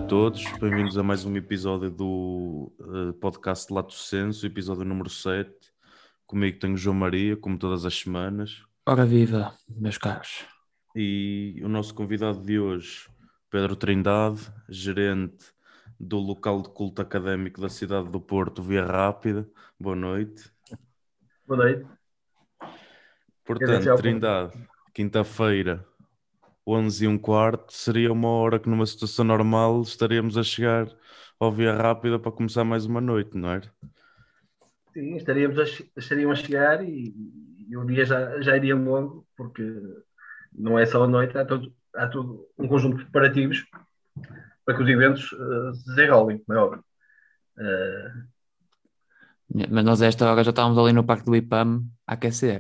todos, bem-vindos a mais um episódio do podcast Lato Senso, episódio número 7. Comigo tenho o João Maria, como todas as semanas. Ora viva, meus caros. E o nosso convidado de hoje, Pedro Trindade, gerente do local de culto académico da cidade do Porto, Via Rápida. Boa noite. Boa noite. Portanto, Trindade, quinta-feira, 11h15, seria uma hora que numa situação normal estaríamos a chegar ao Via Rápida para começar mais uma noite, não é? Sim, estariam a chegar e o dia já iria longo, porque não é só a noite, há todo um conjunto de preparativos para que os eventos se desenrolem, como é óbvio. Mas nós a esta hora já estávamos ali no Parque do IPAM a aquecer.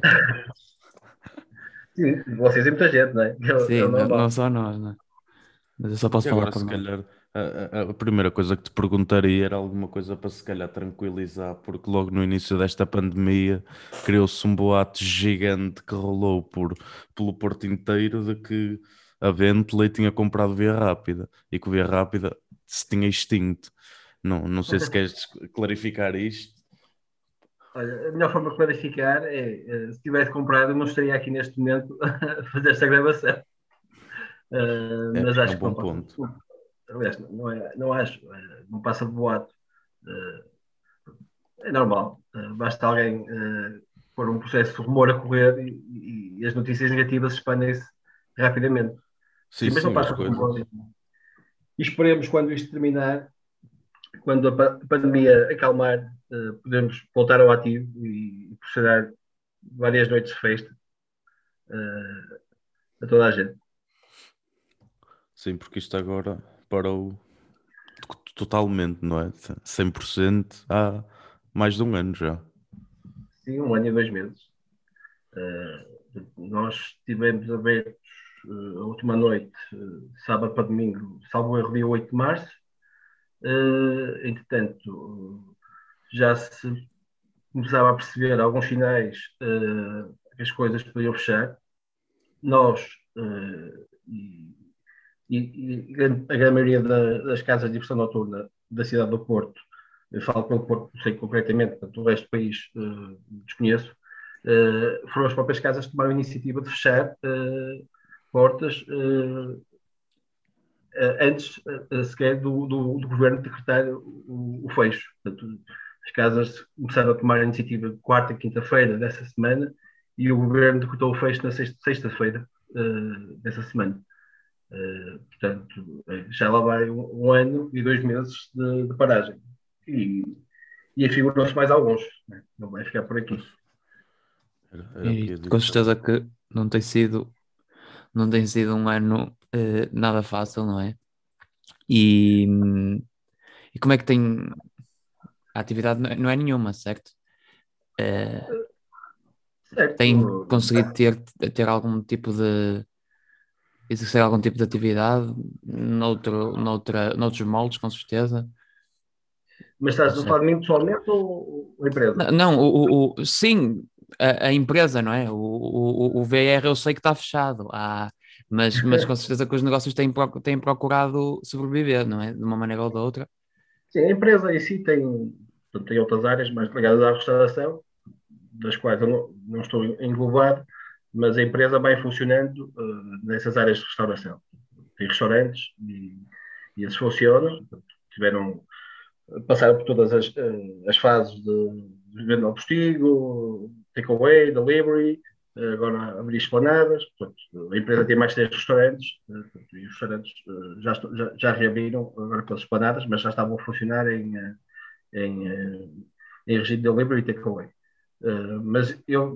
Sim, vocês e muita gente, não é? Sim, não só nós, não é? Mas eu só posso falar por se nós. calhar, a primeira coisa que te perguntaria era alguma coisa para se calhar tranquilizar, porque logo no início desta pandemia criou-se um boato gigante que rolou pelo Porto inteiro de que a Bentley tinha comprado Via Rápida e que o Via Rápida se tinha extinto. Não sei se queres clarificar isto. Olha, a melhor forma de clarificar é, se tivesse comprado, eu não estaria aqui neste momento a fazer esta gravação. Mas acho um que não bom ponto. Aliás, não acho, não passa de boato. É normal. Basta alguém pôr um processo de rumor a correr e as notícias negativas expandem-se rapidamente. Sim, Mas não as passa de coisas. rumor. E esperemos, quando isto terminar, quando a pandemia acalmar, podemos voltar ao ativo e proporcionar várias noites de festa a toda a gente. Sim, porque isto agora parou totalmente, não é? 100% há mais de um ano já. Sim, 1 ano e 2 meses. Nós estivemos abertos a última noite, sábado para domingo, salvo erro, dia 8 de março. Entretanto, já se começava a perceber alguns sinais que as coisas podiam fechar. Nós a grande maioria das casas de diversão noturna da cidade do Porto, eu falo pelo Porto, sei concretamente, portanto, o resto do país desconheço, foram as próprias casas que tomaram a iniciativa de fechar portas antes sequer do governo decretar o fecho. Portanto, as casas começaram a tomar a iniciativa quarta e quinta-feira dessa semana e o governo decretou o fecho na sexta-feira dessa semana. Portanto, já lá vai 1 ano e 2 meses de paragem. E afiguram-se mais alguns. Não vai ficar por aqui. E com certeza que não tem sido um ano nada fácil, não é? E como é que tem... A atividade não é nenhuma, certo? Certo. Tem conseguido ter algum tipo de... exercer algum tipo de atividade noutros moldes, com certeza. Mas estás a falar de mim pessoalmente ou a empresa? Não, sim, a empresa, não é? O VR eu sei que está fechado, mas com certeza que os negócios têm procurado sobreviver, não é? De uma maneira ou da outra. Sim, a empresa em si tem outras áreas mais ligadas à restauração, das quais eu não estou englobado, mas a empresa vai funcionando nessas áreas de restauração. Tem restaurantes e eles funcionam, passaram por todas as fases de venda ao postigo, takeaway, delivery, agora abrir esplanadas. Portanto, a empresa tem mais 3 restaurantes, e os restaurantes já reabriram agora pelas esplanadas, mas já estavam a funcionar em regime de delivery e takeaway. Mas eu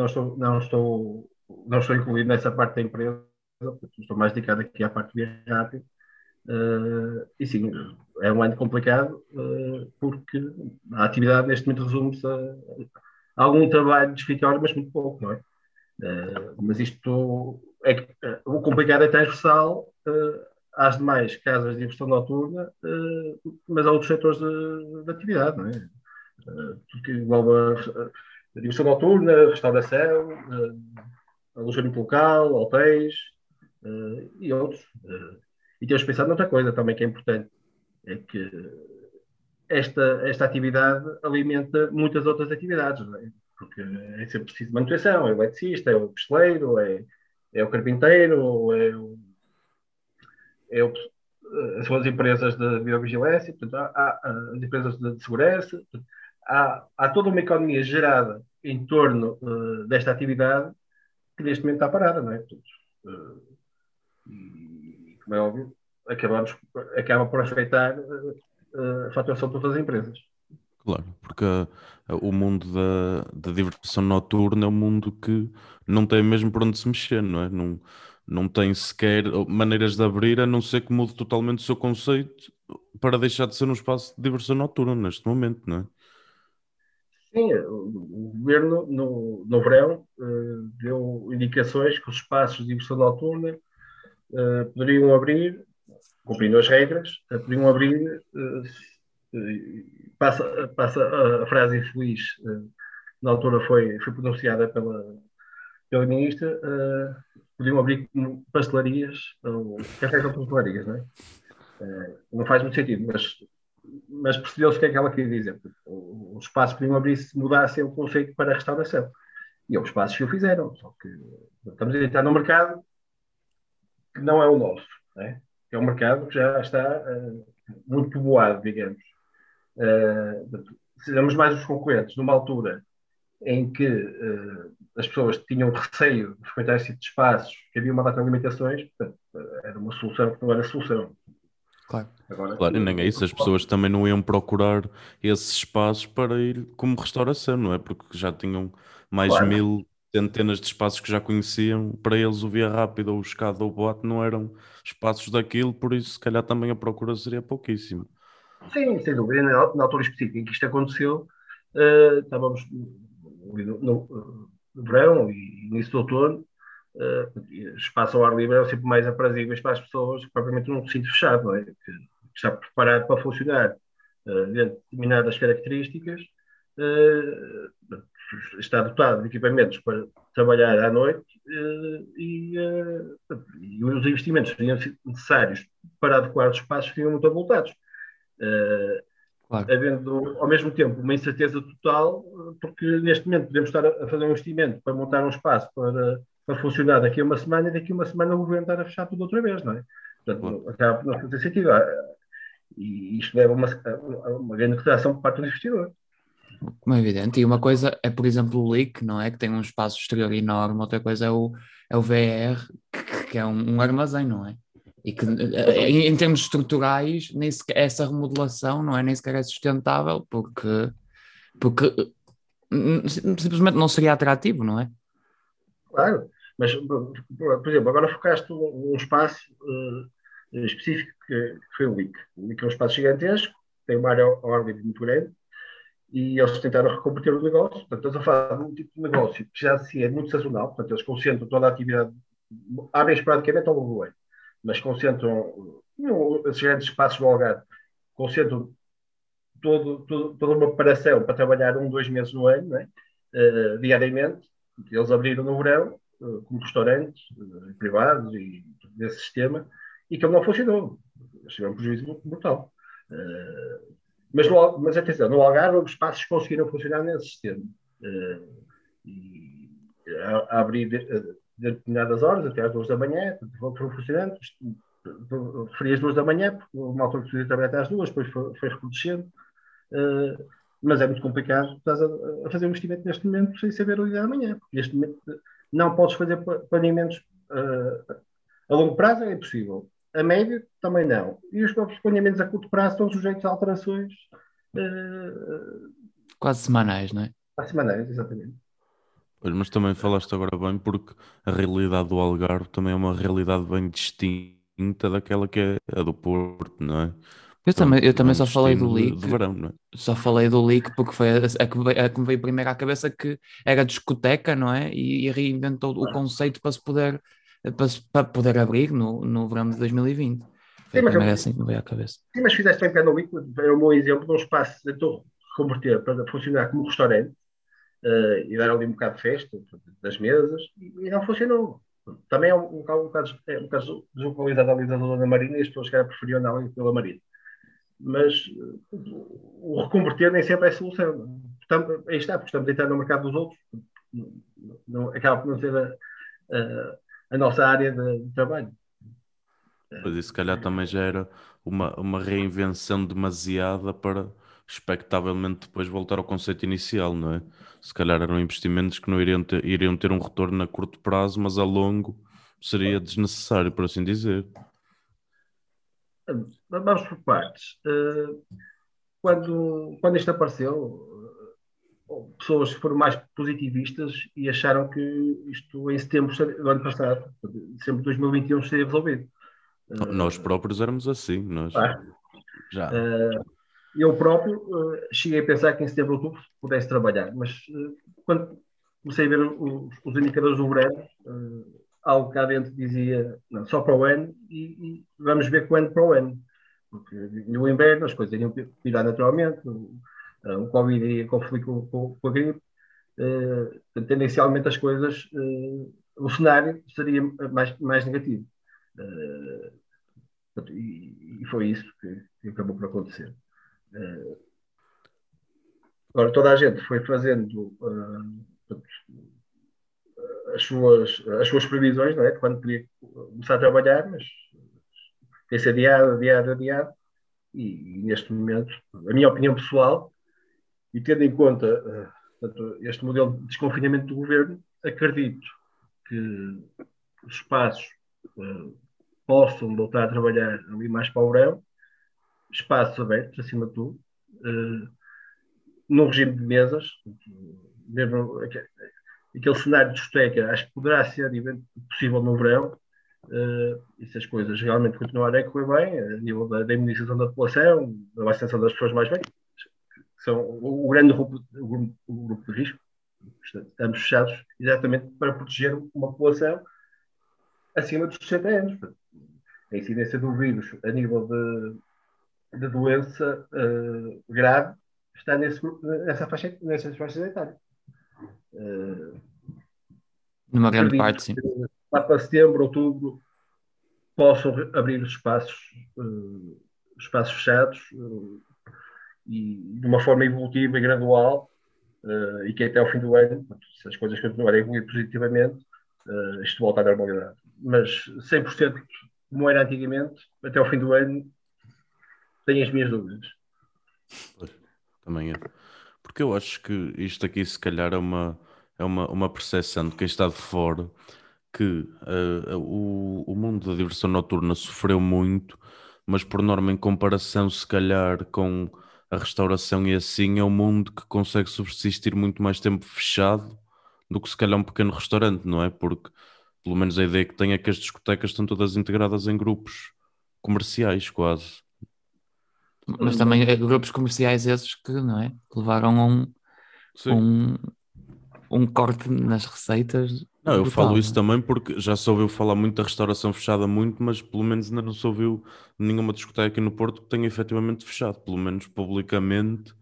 não estou incluído nessa parte da empresa, estou mais dedicado aqui à parte de rápido. E sim, é um ano complicado porque a atividade neste momento resume-se a algum trabalho de escritório, mas muito pouco, não é? Mas isto o complicado é transversal às demais casas de diversão noturna, mas a outros setores de atividade, não é? Porque envolve a diversão noturna, a restauração, alojamento local, hotéis e outros. E temos pensado noutra coisa também que é importante, é que esta atividade alimenta muitas outras atividades, não é? Porque é sempre preciso de manutenção, é o eletricista, é o pisteleiro, é o carpinteiro, são as empresas de biovigilância, portanto, há as empresas de segurança, portanto, há toda uma economia gerada em torno desta atividade que neste momento está parada, não é? Portanto, e, como é óbvio, acaba por afetar a faturação de todas as empresas. Claro, porque o mundo da diversão noturna é um mundo que não tem mesmo por onde se mexer, não é? Não tem sequer maneiras de abrir, a não ser que mude totalmente o seu conceito para deixar de ser um espaço de diversão noturna neste momento, não é? Sim, o governo, no verão, deu indicações que os espaços de diversão noturna poderiam abrir, cumprindo as regras, poderiam abrir, passa a frase infeliz, na altura foi pronunciada pela ministra, podiam abrir pastelarias, ou cafés ou pastelarias, não é? Não faz muito sentido, mas percebeu-se o que é que ela queria dizer. Os espaços podiam abrir se mudassem o conceito para a restauração. E os espaços que o fizeram. Só que estamos a entrar num mercado que não é o nosso. Né? É um mercado que já está muito povoado, digamos. Seremos mais os concorrentes numa altura em que as pessoas tinham receio de frequentar esse tipo de espaços, que havia uma data de limitações, portanto, era uma solução que não era solução. Claro. Agora, Claro, e nem é isso, as pessoas também não iam procurar esses espaços para ir como restauração, não é? Porque já tinham mais claro, 1000 centenas de espaços que já conheciam, para eles o Via Rápida ou o Escada ou o Boate não eram espaços daquilo, por isso se calhar também a procura seria pouquíssimo. sim, sem dúvida. Na altura específica em que isto aconteceu, estávamos no verão e início do outono, espaço ao ar livre é sempre mais aprazíveis para as pessoas que propriamente num recinto fechado, não é? Que está preparado para funcionar dentro de determinadas características, está dotado de equipamentos para trabalhar à noite e os investimentos necessários para adequar os espaços seriam muito avultados. Claro. Havendo ao mesmo tempo uma incerteza total, porque neste momento podemos estar a fazer um investimento para montar um espaço para funcionar daqui a uma semana e daqui a uma semana o governo estar a fechar tudo outra vez, não é? Portanto, Claro. acaba por não fazer sentido. E isto leva a uma grande retração por parte do investidor. Como é evidente. E uma coisa é, por exemplo, o LIC, não é? Que tem um espaço exterior enorme, outra coisa é o VR, que é um armazém, não é? E que em termos estruturais, nem sequer, essa remodelação não é, nem sequer é sustentável, porque simplesmente não seria atrativo, não é? Claro, mas, por exemplo, agora focaste um espaço específico que foi o LIC. O LIC é um espaço gigantesco, tem uma área ao ar livre muito grande, e eles tentaram reconverter o negócio. Portanto, estamos a falar de um tipo de negócio que já se é muito sazonal, portanto, eles concentram toda a atividade, abrem esporadicamente ao longo do ano, mas concentram, esses grandes espaços do Algarve, concentram toda uma preparação para trabalhar 2 meses no ano, não é? Diariamente. Eles abriram no verão, como restaurantes privados e desse sistema, e que ele não funcionou. Eles tiveram um prejuízo brutal. Mas atenção, no Algarve os espaços conseguiram funcionar nesse sistema. E a abrir determinadas horas, até às 2 da manhã, foram funcionando. Referi às 2 da manhã, porque uma altura que podia trabalhar até às 2, depois foi recrudescendo. Mas é muito complicado estás a fazer um investimento neste momento sem saber o dia de amanhã, porque neste momento não podes fazer planeamentos a longo prazo, é impossível. A médio, também não. E os próprios planeamentos a curto prazo estão sujeitos a alterações Quase semanais, não é? semanais, exatamente. Olha, mas também falaste agora bem, porque a realidade do Algarve também é uma realidade bem distinta daquela que é a do Porto, não é? Eu É também um só falei do destino leak, de verão, não é? só falei do leak porque foi a que me veio primeiro à cabeça, que era discoteca, não é? E reinventou o conceito para para poder abrir no verão de 2020. Foi Sim, a primeira assim que me veio à cabeça. sim, mas fizeste bem pegar no Liquid, era um bom exemplo de um espaço que tentou converter para funcionar como restaurante e dar ali um bocado de festa das mesas e não funcionou. Também é um bocado deslocalizado ali da zona da Marina e as pessoas que preferiam andar ali pela Marina. mas o reconverter nem sempre é a solução. Aí está, porque estamos a entrar no mercado dos outros, acaba por não ser a nossa área de trabalho. Pois isso, se calhar também já era uma reinvenção demasiada para, expectavelmente, depois voltar ao conceito inicial, não é? Se calhar eram investimentos que não iriam ter um retorno a curto prazo, mas a longo seria desnecessário, por assim dizer. Vamos por partes. Quando isto apareceu, pessoas foram mais positivistas e acharam que isto em setembro do ano passado, setembro de 2021, seria resolvido. Nós próprios éramos assim, nós já. Eu próprio cheguei a pensar que em setembro, outubro pudesse trabalhar, mas quando comecei a ver os indicadores do verão, algo cá dentro dizia não, só para o ano e vamos ver quando para o ano. Porque no inverno as coisas iriam pirar naturalmente, o Covid iria conflitar com a gripe, tendencialmente as coisas, o cenário seria mais negativo. E foi isso que acabou por acontecer. Agora, toda a gente foi fazendo as suas previsões, não é? Quando podia começar a trabalhar, mas tem ser adiado. E neste momento, a minha opinião pessoal, e tendo em conta este modelo de desconfinamento do governo, acredito que os espaços possam voltar a trabalhar ali mais para o verão, espaços abertos, acima de tudo, num regime de mesas, mesmo aquele cenário de discoteca, acho que poderá ser possível no verão, e se as coisas realmente continuarem a correr bem, a nível da imunização da população, da vacinação das pessoas mais bem, que são o grande grupo de risco. Estamos fechados exatamente para proteger uma população acima dos 60 anos. A incidência do vírus a nível de doença grave está nessas faixas etárias. Numa grande parte, sim. Lá para setembro, outubro, possam abrir os espaços fechados e de uma forma evolutiva e gradual, e que até ao fim do ano, se as coisas continuarem a evoluir positivamente, isto volta à normalidade. Mas 100% como era antigamente, até ao fim do ano, tenho as minhas dúvidas. Pois, também é. Porque eu acho que isto aqui se calhar é uma percepção de quem está de fora que o mundo da diversão noturna sofreu muito, mas por norma em comparação se calhar com a restauração e assim é um mundo que consegue subsistir muito mais tempo fechado do que se calhar um pequeno restaurante, não é? Porque pelo menos a ideia que tenho é que as discotecas estão todas integradas em grupos comerciais quase. Mas também grupos comerciais esses que, não é? Que levaram a um corte nas receitas. Não, eu brutal, falo isso não é? também porque já se ouviu falar muito da restauração fechada muito, mas pelo menos ainda não se ouviu nenhuma discoteca aqui no Porto que tenha efetivamente fechado, pelo menos publicamente.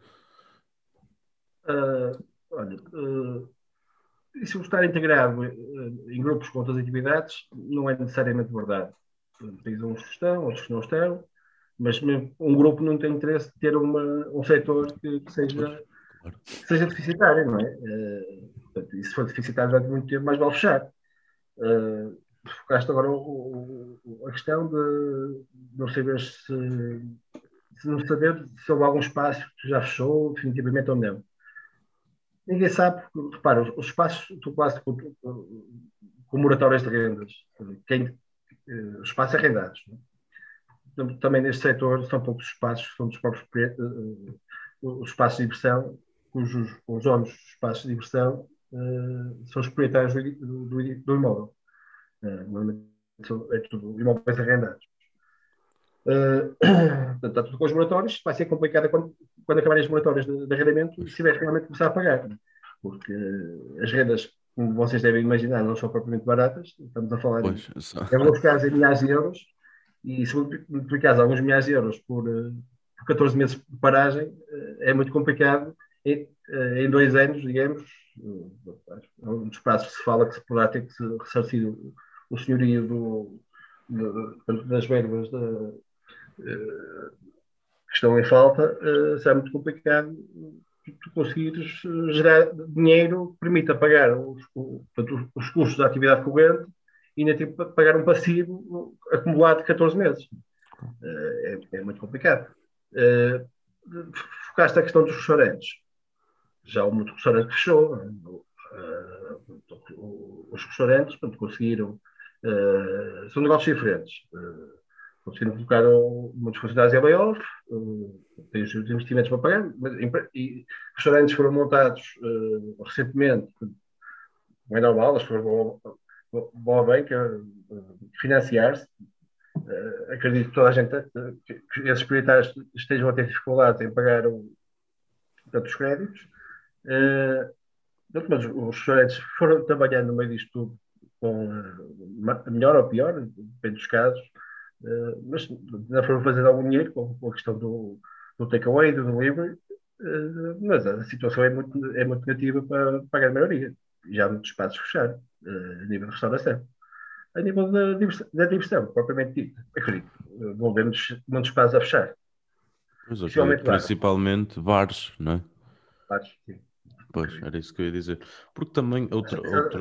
Olha, se eu estar integrado em grupos com outras atividades, não é necessariamente verdade. Tens uns que estão, outros que não estão, mas um grupo não tem interesse de ter um setor que seja deficitário, não é? Portanto, e se for deficitário durante muito tempo, mais vale fechar. Focaste agora a questão de não saber se não saber se houve algum espaço que já fechou definitivamente ou não. Ninguém sabe, porque, repara, os espaços, tu quase com moratórias de rendas, os espaços arrendados. Também neste setor são poucos espaços, são dos próprios os espaços de diversão, os donos dos espaços de diversão são os proprietários do imóvel. Normalmente é tudo imóveis arrendados. Portanto, está tudo com os moratórios, vai ser complicado quando acabarem as moratórias de arrendamento e se tiver realmente começar a pagar. Porque as rendas, como vocês devem imaginar, não são propriamente baratas. Estamos a falar em valores caros em milhares de euros e se multiplicares alguns milhares de euros por 14 meses de paragem, é muito complicado em 2 anos, digamos. Um dos prazos que se fala que se poderá ter que se ressarcir o senhorio das verbas que estão em falta, será muito complicado tu conseguires gerar dinheiro que permita pagar os custos da atividade corrente e ainda ter que pagar um passivo acumulado de 14 meses. É muito complicado. Focaste a questão dos restaurantes. Já há muito restaurante que fechou. Os restaurantes, portanto, conseguiram. São negócios diferentes. Conseguiram colocar muitos funcionários em layoff, têm os investimentos para pagar, e restaurantes foram montados recentemente, não é normal, eles foram vão à banca financiar-se. Acredito que toda a gente, que esses proprietários estejam a ter dificuldades em pagar os créditos. Mas os restaurantes foram trabalhando no meio disto tudo, com melhor ou pior, depende dos casos, mas já foram fazer algum dinheiro com a questão do takeaway, do delivery, mas a situação é muito negativa para a maioria. Já há muitos espaços fechados a nível de restauração. A nível da diversão, propriamente dito, acredito, vão haver muitos espaços a fechar. Pois, acredito, principalmente bares, não é? Bares, sim. Pois, era isso que eu ia dizer. Porque também outra...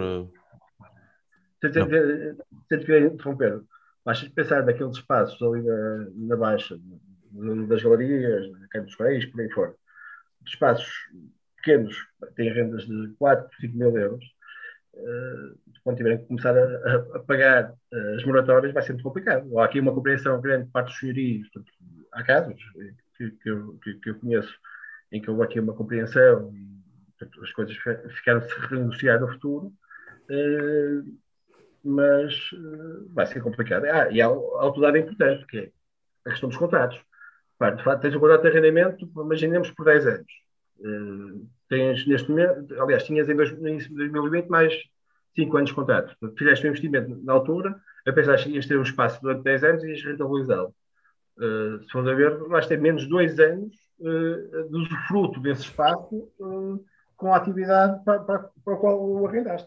Se eu tiver interromper, basta pensar naqueles espaços ali na Baixa, das galerias, na Câmara dos Reis, por aí fora. Espaços pequenos, têm rendas de 4, 5 mil euros. Quando tiverem que começar a pagar as moratórias, vai ser muito complicado. Há aqui uma compreensão grande de parte dos senhorios. Há casos que eu conheço em que houve aqui uma compreensão e portanto, as coisas ficaram-se a renegociar no futuro, mas vai ser complicado. E há outro dado importante, que é a questão dos contratos. De facto, tens um contrato de arrendamento, imaginemos por 10 anos. Tens neste momento, aliás, tinhas em 2020 mais 5 anos de contrato. Fizeste um investimento na altura, a pensar que ias ter um espaço durante 10 anos e ias rentabilizá-lo. Se fores a ver, vais ter menos 2 anos de usufruto desse espaço com a atividade para a qual o arrendaste.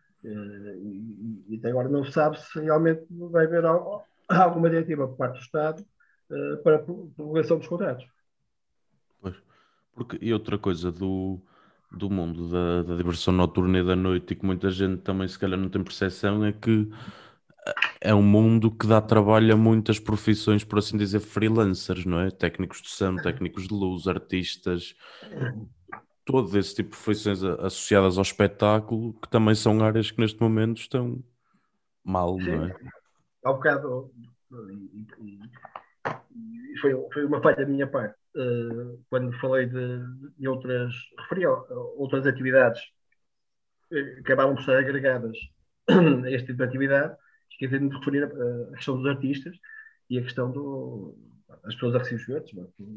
E até agora não se sabe se realmente vai haver alguma diretiva por parte do Estado para a prorrogação dos contratos. Pois. E outra coisa do mundo da diversão noturna e da noite, e que muita gente também se calhar não tem percepção, é que é um mundo que dá trabalho a muitas profissões, por assim dizer, freelancers, não é? Técnicos de som, técnicos de luz, artistas, todo esse tipo de profissões associadas ao espetáculo, que também são áreas que neste momento estão mal, Sim. não é? Há um bocado, e foi uma falha da minha parte, quando falei de outras, referi a outras atividades que acabavam por estar agregadas a este tipo de atividade, esqueci de me referir à questão dos artistas e a questão das pessoas a recibos verdes,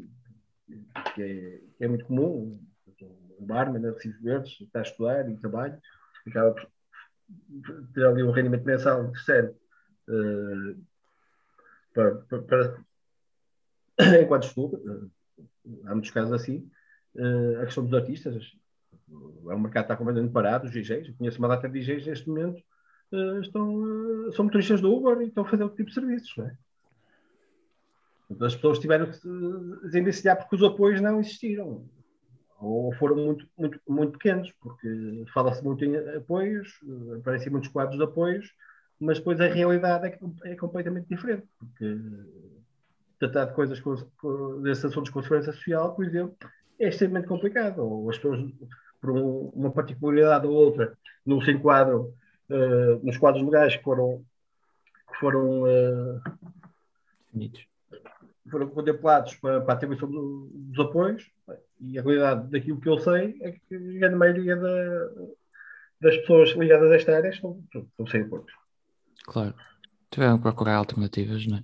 que é muito comum. Um barman a recibos verdes está a estudar e trabalha, acaba por ter ali um rendimento mensal interessante para enquanto estuda. Há muitos casos assim. A questão dos artistas, o mercado está completamente parado. Os DJs, eu conheço uma data de DJs neste momento, são motoristas do Uber e estão a fazer outro tipo de serviços, não é? Então, as pessoas tiveram que se desenvencilhar porque os apoios não existiram ou foram muito, muito, muito pequenos, porque fala-se muito em apoios, aparecem muitos quadros de apoios, mas depois a realidade é completamente diferente, porque tratar de coisas desses assuntos com segurança social, por exemplo, é extremamente complicado. Ou as pessoas, por uma particularidade ou outra, não se enquadram nos quadros legais que foram contemplados para a atribuição dos apoios, e a realidade daquilo que eu sei é que a grande maioria das pessoas ligadas a esta área estão sem apoios. Claro, tiveram que procurar alternativas, não é?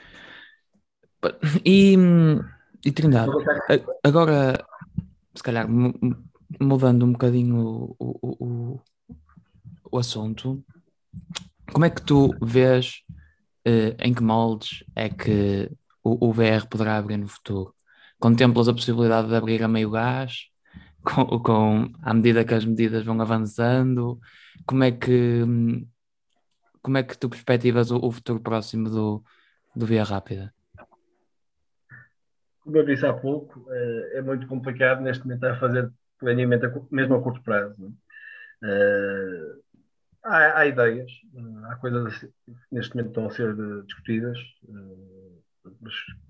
E Trindade, agora, se calhar, mudando um bocadinho o assunto, como é que tu vês, em que moldes é que o VR poderá abrir no futuro? Contemplas a possibilidade de abrir a meio gás, à medida que as medidas vão avançando? Como é que tu perspectivas o futuro próximo do Via Rápida? como eu disse há pouco, é muito complicado neste momento a fazer planeamento mesmo a curto prazo. Não é? Há ideias, há coisas que neste momento estão a ser discutidas, mas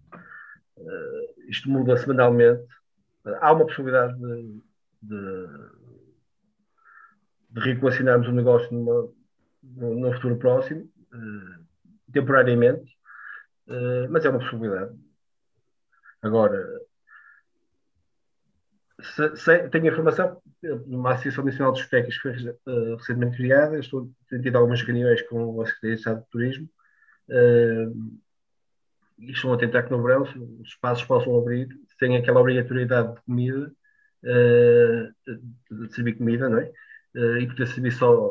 isto muda semanalmente. Há uma possibilidade de reequacionarmos o negócio num futuro próximo, temporariamente, mas é uma possibilidade. Agora, tenho informação de uma Associação Nacional de Discotecas que foi recentemente criada. Tenho tido algumas reuniões com a Secretaria de Estado de Turismo e estão a tentar que no verão os espaços possam abrir sem aquela obrigatoriedade de comida, de servir comida, não é? E poder servir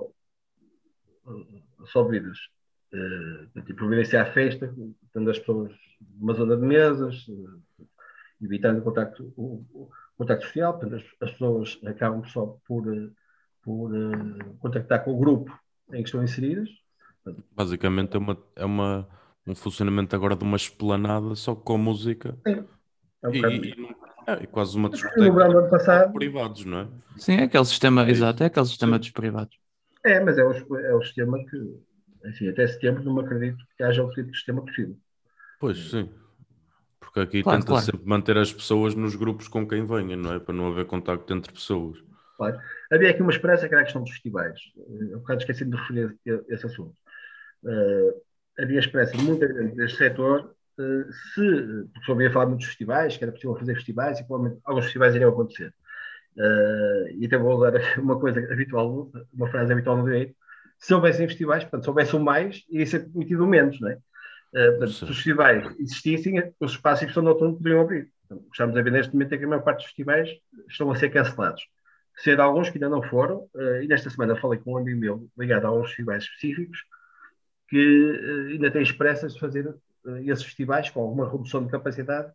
só bebidas. E providenciar a festa, tendo as pessoas numa zona de mesas, evitando o contacto social. Portanto, as pessoas acabam só por contactar com o grupo em que estão inseridas. Basicamente um funcionamento agora de uma esplanada só com música. Sim, é um bocado isso. E quase uma No discoteca verão do ano passado, privados, não é? Sim, é aquele sistema, É exato, é aquele sistema Sim. dos privados. mas é o sistema que, enfim, até setembro não me acredito que haja outro tipo de sistema possível. Pois, sim. Porque aqui Claro, tenta claro. sempre manter as pessoas nos grupos com quem venha, não é? Para não haver contacto entre pessoas. Claro. Havia aqui uma esperança que era a questão dos festivais. Um bocado esqueci de referir esse assunto. Havia esperança de muita gente deste setor, porque só havia falar muito dos festivais, que era possível fazer festivais e provavelmente alguns festivais iriam acontecer. E até vou usar uma coisa habitual, uma frase habitual no direito: se houvessem festivais, portanto, se houvesse um mais, iria ser permitido um menos, não é? Portanto, se os festivais existissem, os espaços de exposição noturna poderiam abrir. Portanto, estamos a ver neste momento é que a maior parte dos festivais estão a ser cancelados. Sendo alguns que ainda não foram, e nesta semana falei com um amigo meu ligado a alguns festivais específicos que ainda têm esperanças de fazer esses festivais com alguma redução de capacidade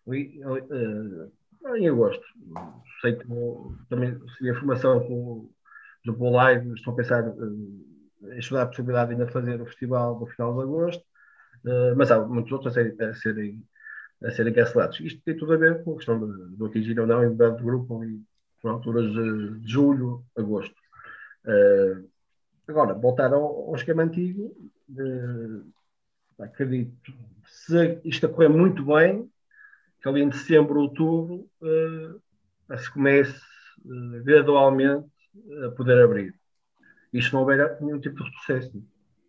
em agosto. Sei que também recebi a formação do Bowl Live, estou a pensar em estudar a possibilidade de ainda fazer o festival no final de agosto, mas há muitos outros a serem cancelados. Isto tem tudo a ver com a questão de atingir ou não a unidade de grupo ali por alturas de julho, agosto. Agora, voltar ao esquema antigo, acredito, se isto a correr muito bem, que ali em dezembro, outubro, se comece gradualmente a poder abrir. Isto não houver nenhum tipo de retrocesso.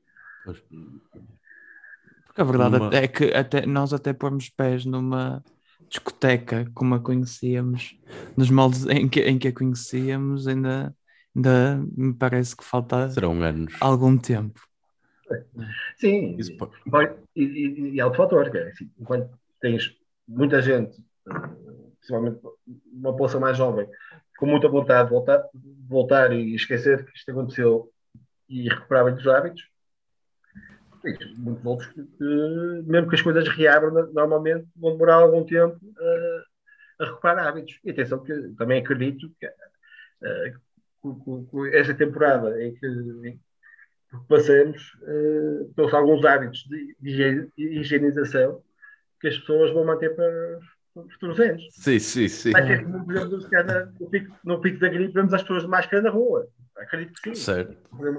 Porque a verdade é que nós até pormos pés numa discoteca como a conhecíamos, nos moldes em que a conhecíamos, ainda me parece que falta Serão anos. algum tempo. Sim, e há outro fator, que é assim, enquanto tens muita gente, principalmente uma população mais jovem, com muita vontade de voltar e esquecer que isto aconteceu e recuperar muitos hábitos, muitos outros que, mesmo que as coisas reabram, normalmente vão demorar algum tempo a recuperar hábitos. E atenção, que também acredito que esta temporada em que passamos, trouxe alguns hábitos de higienização que as pessoas vão manter para os futuros anos. Sim. Vai ser como, por exemplo, no pico da gripe, vemos as pessoas de máscara na rua. Acredito que sim. Certo.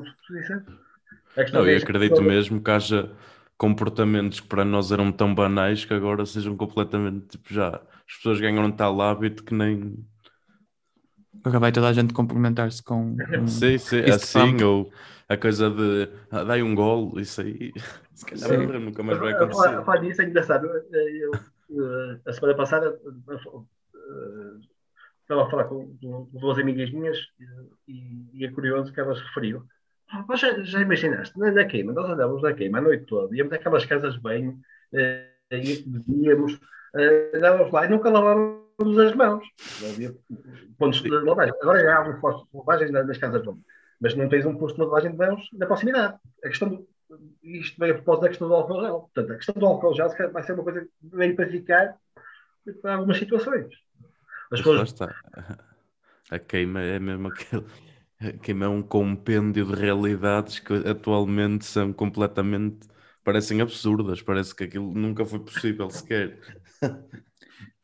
Eu acredito mesmo que haja comportamentos que para nós eram tão banais que agora sejam completamente, tipo, já as pessoas ganham tal hábito que nem... Agora vai toda a gente cumprimentar-se com... Sim, assim, ou a coisa de dai um gol, isso aí, se calhar nunca mais vai acontecer. A falar disso é engraçado. A semana passada estava a falar com duas amigas minhas e é curioso que elas referiam. Mas já imaginaste, na queima, nós andávamos na queima a noite toda, íamos àquelas casas de banho, bebíamos, andávamos lá e nunca lavávamos as mãos. Não havia pontos de lavagem. Agora já há alguns postos de lavagem nas casas de banho, mas não tens um posto de lavagem de mãos na proximidade. Isto vem a propósito da questão do álcool gel. Portanto, a questão do álcool gel vai ser uma coisa que veio para ficar para algumas situações. As pessoas... A queima é mesmo aquele... Que é um compêndio de realidades que atualmente são completamente, parecem absurdas, parece que aquilo nunca foi possível sequer.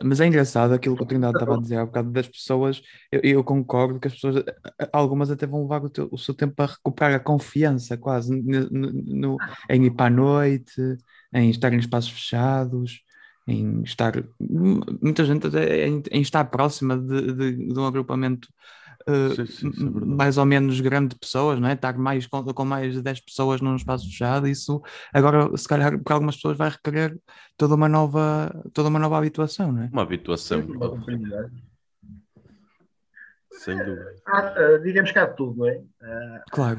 Mas é engraçado aquilo que o Trindade estava a dizer há bocado das pessoas. Eu concordo que as pessoas, algumas até vão levar o seu tempo a recuperar a confiança, quase, em ir para a noite, em estar em espaços fechados, em estar. Muita gente até em estar próxima de um agrupamento Sim, isso é verdade. mais ou menos grande de pessoas, não é? Estar mais com mais de 10 pessoas num espaço fechado, isso agora, se calhar, para algumas pessoas vai requerer toda uma nova habituação, não é? Uma habituação, Uma oportunidade. sem dúvida. Digamos que há de tudo, não é? Claro.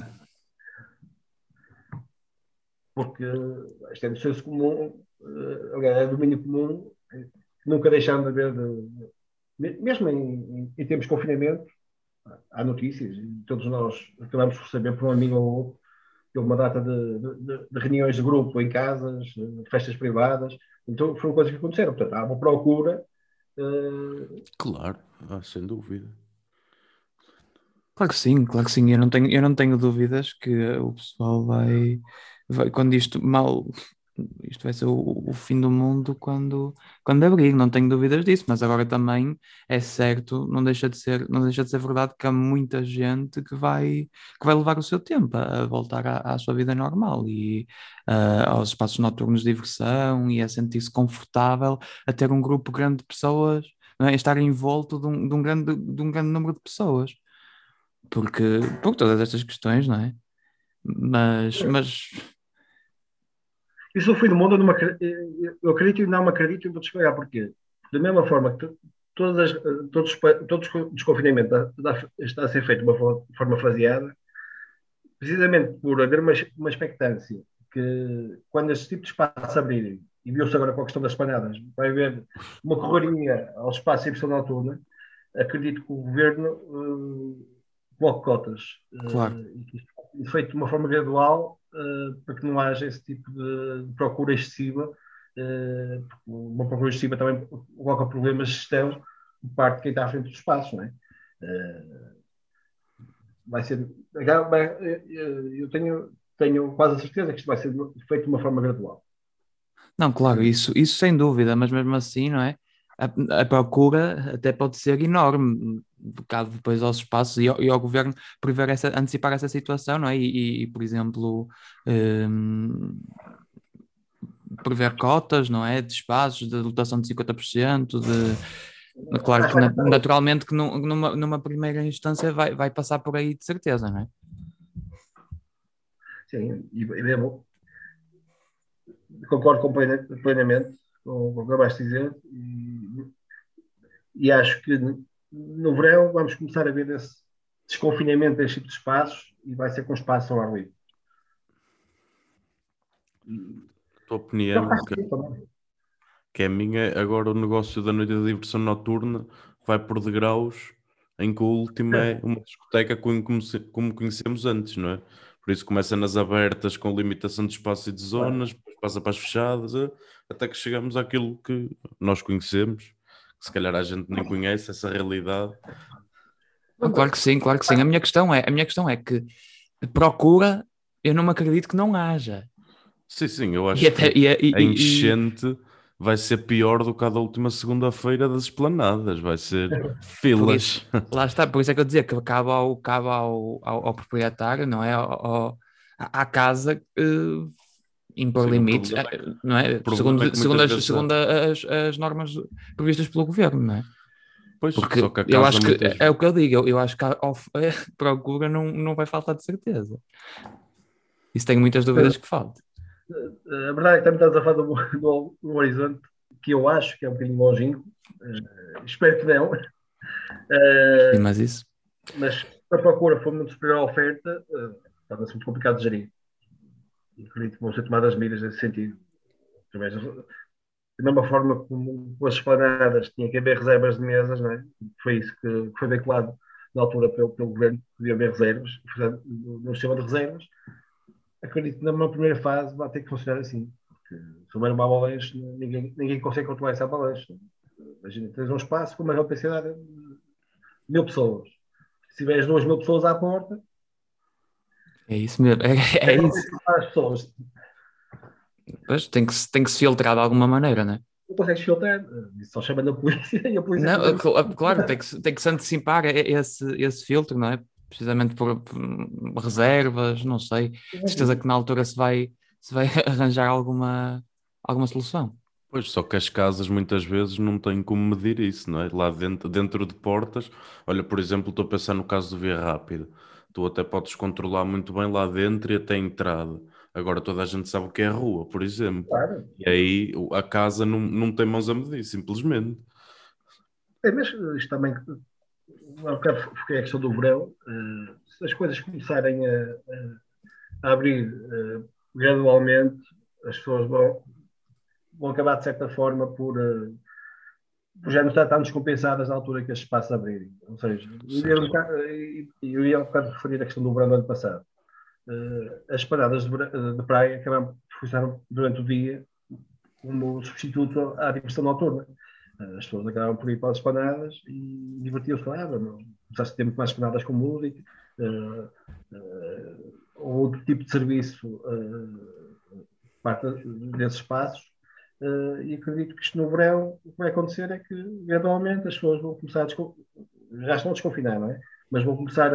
Porque isto é do senso comum, aliás, é domínio comum, nunca deixaram de haver, mesmo em tempos de confinamento, há notícias, e todos nós acabamos por saber por um amigo ou outro, que houve uma data de reuniões de grupo em casas, festas privadas, então foram coisas que aconteceram. Portanto, há uma procura. Claro, sem dúvida. Claro que sim, claro que sim. Eu não tenho dúvidas que o pessoal vai quando isto vai ser o fim do mundo quando abrir, não tenho dúvidas disso, mas agora também é certo, não deixa de ser verdade que há muita gente que vai levar o seu tempo a voltar à sua vida normal e aos espaços noturnos de diversão e a sentir-se confortável a ter um grupo grande de pessoas, não é? A estar envolto de um grande número de pessoas. Por todas estas questões, não é? Mas Isso no fim do mundo, eu acredito e não me acredito, e vou-te explicar porquê. Da mesma forma que todo o desconfinamento está a ser feito de uma forma faseada, precisamente por haver uma expectância que, quando este tipo de espaços abrirem, e viu-se agora com a questão das espalhadas, vai haver uma correria ao espaço Y noturna, acredito que o governo coloque cotas, claro. e que isto é feito de uma forma gradual, para que não haja esse tipo de procura excessiva. Porque uma procura excessiva também coloca problemas de gestão por parte de quem está à frente dos espaços, não é? Vai ser. Eu tenho quase a certeza que isto vai ser feito de uma forma gradual. Não, claro, isso sem dúvida, mas mesmo assim, não é? A procura até pode ser enorme, um bocado depois aos espaços e ao governo antecipar essa situação, não é? Por exemplo, prever cotas, não é? De espaços, de lotação de 50%, claro que naturalmente que numa primeira instância vai passar por aí de certeza, não é? Sim, e devo. Concordo plenamente com o que acabaste de dizer e acho que no verão vamos começar a ver esse desconfinamento deste tipo de espaços e vai ser com espaço ao ar livre. A tua opinião, que é a minha, agora o negócio da noite de diversão noturna vai por degraus, em que o último é uma discoteca como conhecemos antes, não é? Por isso começa nas abertas com limitação de espaço e de zonas, depois passa para as fechadas, até que chegamos àquilo que nós conhecemos, que se calhar a gente nem conhece essa realidade. Claro que sim, claro que sim. A minha questão é que procura, eu não me acredito que não haja. Sim, eu acho que a enchente vai ser pior do que a da última segunda-feira das esplanadas, vai ser filas. Lá está, por isso é que eu dizia que cabe ao proprietário, não é? À casa impor limites, não é? Segundo as normas previstas pelo governo, não é? Pois, porque só que eu acho que é o que eu digo, eu acho que a procura não vai faltar de certeza. Isso tenho muitas dúvidas que falte. A verdade é que também estás a falar do horizonte que eu acho que é um bocadinho longínquo. Espero que não. Sim, mas isso. Mas se a procura for muito superior à oferta, torna-se muito complicado de gerir. E acredito que vão ser tomadas medidas nesse sentido. Da mesma forma como as esplanadas tinha que haver reservas de mesas, não é? Foi isso que foi veiculado na altura pelo governo, que devia haver reservas, no sistema de reservas. Acredito que na primeira fase vai ter que funcionar assim. Porque se houver uma avalanche, ninguém consegue controlar essa avalanche. Imagina, tens um espaço com uma capacidade de 1000 pessoas. Se tiveres 2000 pessoas à porta, é isso mesmo. É isso. As pessoas. Pois, tem que se filtrar de alguma maneira, não é? não consegues filtrar, só chamando a polícia e a polícia... Não, claro, tem que se antecipar esse filtro, não é? Precisamente por reservas, não sei. De certeza que na altura se vai arranjar alguma solução. Pois, só que as casas muitas vezes não têm como medir isso, não é? Lá dentro de portas, olha, por exemplo, estou a pensar no caso do Via Rápida. Tu até podes controlar muito bem lá dentro e até a entrada. Agora toda a gente sabe o que é a rua, por exemplo. Claro. E aí a casa não tem mãos a medir, simplesmente. Mas isto também, há bocado foquei a questão do verão, se as coisas começarem a abrir gradualmente, as pessoas vão acabar, de certa forma, por já não estar tão descompensadas na altura que estes espaços abrirem. Ou seja, eu ia um bocado referir a questão do verão do ano passado. As paradas de praia funcionaram durante o dia como substituto à diversão noturna. As pessoas acabavam por ir para as espanadas e divertiam-se lá. Começaste a ter muito mais espanadas com música, ou outro tipo de serviço parte desses espaços. E acredito que isto no verão, o que vai acontecer é que gradualmente as pessoas vão começar já estão a desconfinar, não é? Mas vão começar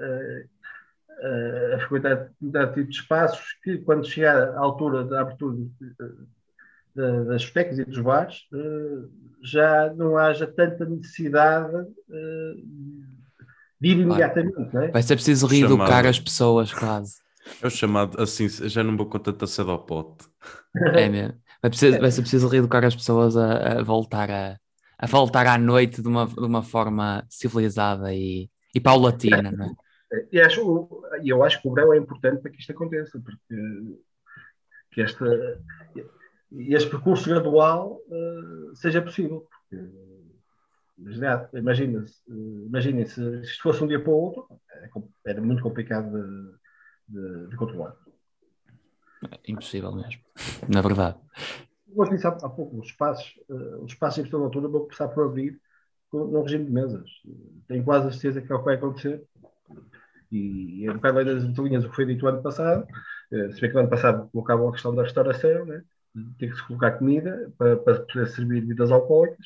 a frequentar determinado tipo de espaços que, quando chegar à altura da abertura das discotecas e dos bares, já não haja tanta necessidade de ir imediatamente, não é? Vai ser preciso reeducar as pessoas, quase. É o chamado, assim, já não vou com tanta sede ao pote. É mesmo. Vai ser preciso reeducar as pessoas a voltar a voltar à noite de uma forma civilizada e paulatina, não é? Eu acho que o verão é importante para que isto aconteça, porque que este percurso gradual seja possível. Porque, imaginem se isto fosse um dia para o outro, era muito complicado de controlar. Impossível mesmo, na verdade. Como eu disse há pouco, os espaços em questão de altura vão começar por abrir num regime de mesas. Tenho quase a certeza que é o que vai acontecer. E é um bocado das entrelinhas o que foi dito ano passado. Se bem que no ano passado colocavam a questão da restauração, né? Tem que se colocar comida para poder servir bebidas alcoólicas.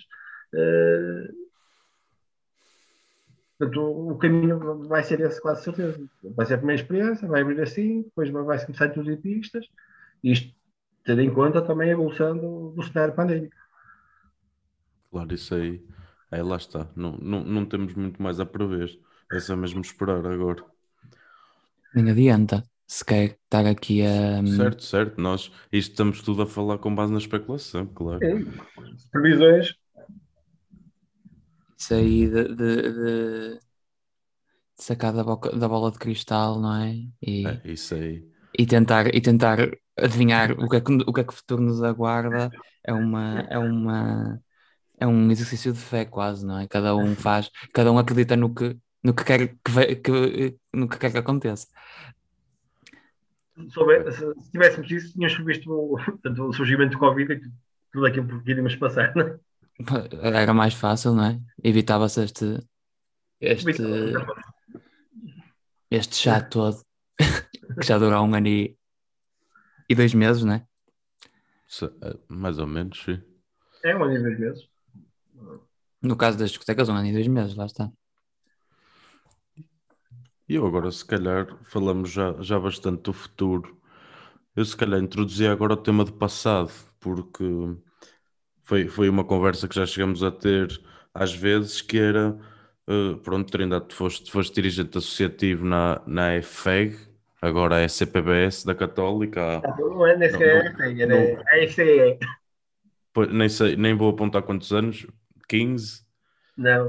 Portanto, o caminho vai ser esse, quase certeza. Vai ser a primeira experiência, vai abrir assim, depois vai-se começar a introduzir pistas, e isto tendo em conta também a evolução do cenário pandémico. Claro, isso aí lá está. Não temos muito mais a prever. É só mesmo esperar agora. Nem adianta sequer estar aqui a. Certo. Isto estamos tudo a falar com base na especulação, claro. Previsões. Isso aí de sacar da bola de cristal, não é? Isso aí. E tentar adivinhar o que é que o futuro nos aguarda é um exercício de fé quase, não é? Cada um acredita no que quer no que quer que aconteça. Se tivéssemos isso, tínhamos visto o surgimento do Covid e tudo aquilo que iríamos passar, não é? Era mais fácil, não é? Evitava-se este chá todo que já dura 1 ano e 2 meses, não é? Mais ou menos, sim. É 1 ano e 2 meses. No caso das discotecas, 1 ano e 2 meses, lá está. E eu agora, se calhar, falamos já bastante do futuro. Eu, se calhar, introduzi agora o tema do passado, porque foi uma conversa que já chegamos a ter às vezes, que era, pronto, Trindade, tu foste dirigente associativo na EFEG, agora é CPBS da Católica. Não é nem sequer a EFE. Nem sei, nem vou apontar quantos anos, 15? Não,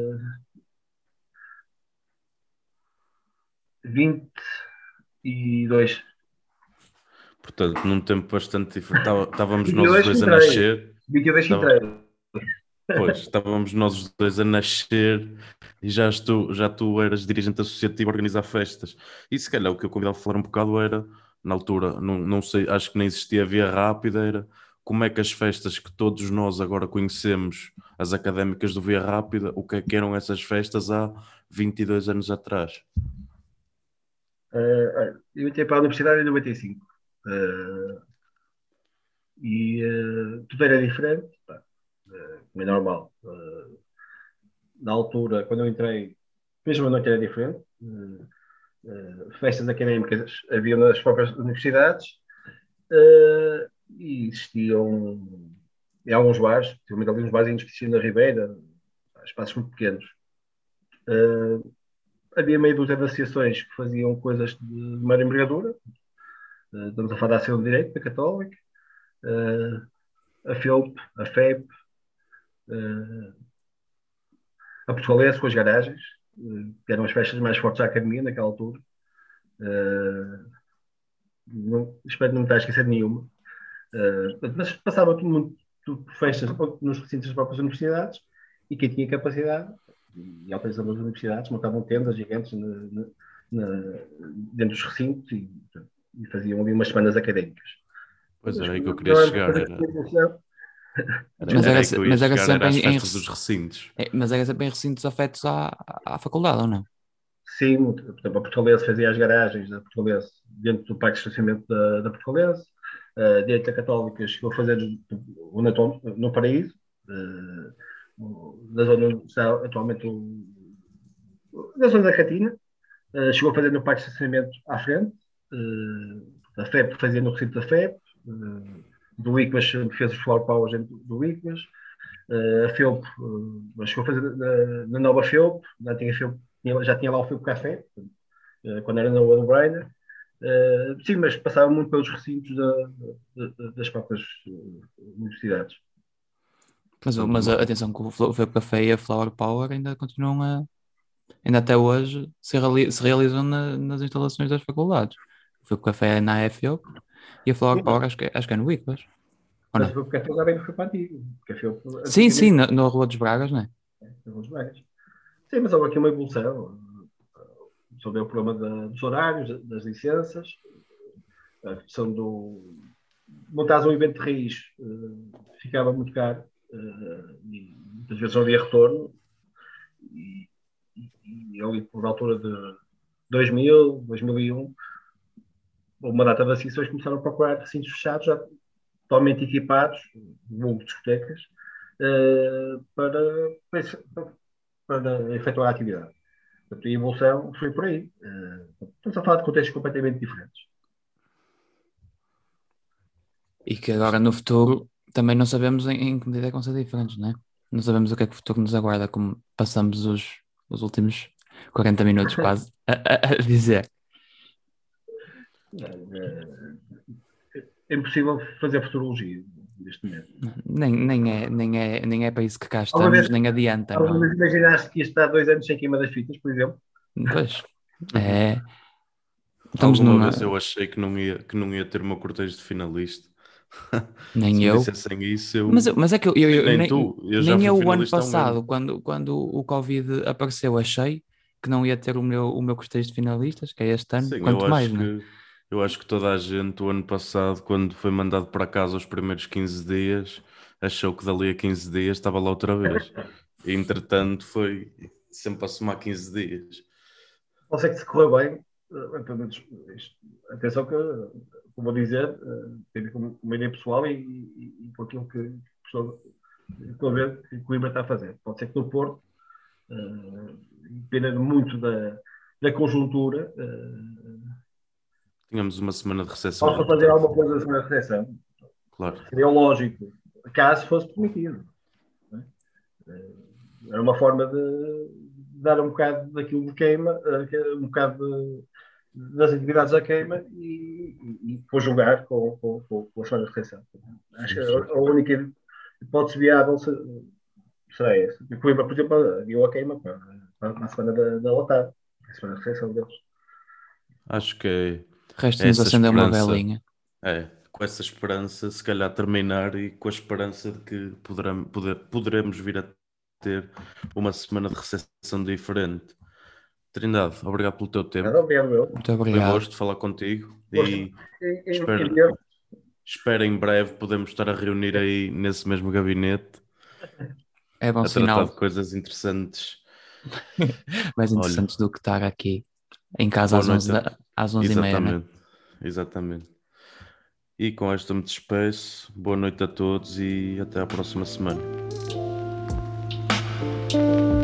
22. Portanto, num tempo bastante diferente. Estávamos nós os 22 dois a entrei. nascer. 22 entrei. Pois, estávamos nós os dois a nascer e já tu eras dirigente associativo a organizar festas. E se calhar o que eu convidava a falar um bocado era, na altura, não sei, acho que nem existia via rápida, era como é que as festas que todos nós agora conhecemos, as académicas do Via Rápida, o que é que eram essas festas há 22 anos atrás? Eu entrei para a universidade em 95. E tudo era diferente. como é normal. Na altura, quando eu entrei, mesmo a noite era diferente. Festas académicas havia nas próprias universidades e existiam em alguns bares, principalmente ali uns barzinhos que existiam na Ribeira, espaços muito pequenos. Havia meio dúzia de associações que faziam coisas de mera envergadura. Estamos a falar da Ação de Direito, da Católica, a FEUP, a FEP, a Portugalense com as garagens, que eram as festas mais fortes da academia naquela altura. Espero não me estar a esquecer de nenhuma. Mas passava tudo muito por festas nos recintos das próprias universidades e quem tinha capacidade e autorização das universidades montavam tendas gigantes dentro dos recintos e faziam ali umas semanas académicas. Pois era aí que eu queria chegar. Mas era sempre as festas dos recintos. Mas era sempre em recintos afetos à faculdade, ou não? Sim, por exemplo, a Portugalense fazia as garagens da Portugalense dentro do parque de estacionamento da Portugalense. A Direita Católica chegou a fazer no Paraíso, na zona onde está atualmente na zona da Catina. Chegou a fazer no parque de estacionamento à frente. A FEP fazia no recinto da FEP. Do ICMAS fez os flower powers dentro do ICMAS. A FEUP chegou a fazer na nova FEUP, na antiga FEUP já tinha lá o FEUP Café, quando era na no-brainer. Sim, mas passava muito pelos recintos das próprias universidades. Mas atenção que o FEUP Café e a Flower Power ainda continuam ainda até hoje se realizam nas instalações das faculdades. O FEUP Café é na FEUP e a Flower Power acho que é no ICMAS. Mas o FEUP Café já vem do FEUP antigo. Sim, na Rua dos Bragas, não é? Na Rua dos Bragas. Sim, mas houve aqui uma evolução sobre o problema dos horários, das licenças, a questão montar um evento de raiz ficava muito caro e muitas vezes não havia retorno e ali por altura de 2000, 2001 uma data de associações começaram a procurar recintos fechados já totalmente equipados, vulgo discotecas, para efetuar a atividade. Portanto, a evolução foi por aí. Estamos a falar de contextos completamente diferentes. E que agora no futuro também não sabemos em que medida é que vão ser diferentes, não é? Não sabemos o que é que o futuro nos aguarda, como passamos os últimos 40 minutos quase a dizer. É impossível fazer futurologia neste momento. Nem é para isso que cá estamos, nem adianta. Alguma vez imaginaste que ia estar 2 anos sem queima das fitas, por exemplo? Pois, é. Alguma vez eu achei que não ia ter uma cortejo de finalista. Nem se eu. Me dissessem isso, mas é que nem eu o ano passado, um quando o Covid apareceu, achei que não ia ter o meu cortejo de finalistas, que é este ano, sim, quanto mais, não é? Eu acho que toda a gente, o ano passado, quando foi mandado para casa os primeiros 15 dias, achou que dali a 15 dias estava lá outra vez. E, entretanto, foi sempre a somar 15 dias. Não sei que se correu bem. Atenção que, como vou dizer, teve uma ideia pessoal e por aquilo que estou a ver que o Coimbra está a fazer. Pode ser que no Porto, dependendo muito da conjuntura, tínhamos uma semana de recepção. Posso fazer alguma coisa na semana de recepção? Claro. Seria lógico, caso fosse permitido. Era uma forma de dar um bocado daquilo de queima, um bocado das atividades da queima e depois jogar com a semana de recepção. Acho que a única hipótese viável será essa. E Coimbra, por exemplo, deu a queima para a semana da Lotada, a semana de recepção deles. Acho que resta-nos acender uma velinha. Com essa esperança, se calhar terminar e com a esperança de que poderemos vir a ter uma semana de recepção diferente. Trindade, obrigado pelo teu tempo. Obrigado, meu. Muito obrigado. Foi gosto de falar contigo e espero em breve podermos estar a reunir aí nesse mesmo gabinete a tratar de coisas interessantes. Mais interessantes do que estar aqui em casa às 11h30. Exatamente. E com esta me despeço. Boa noite a todos e até à próxima semana. Tchau.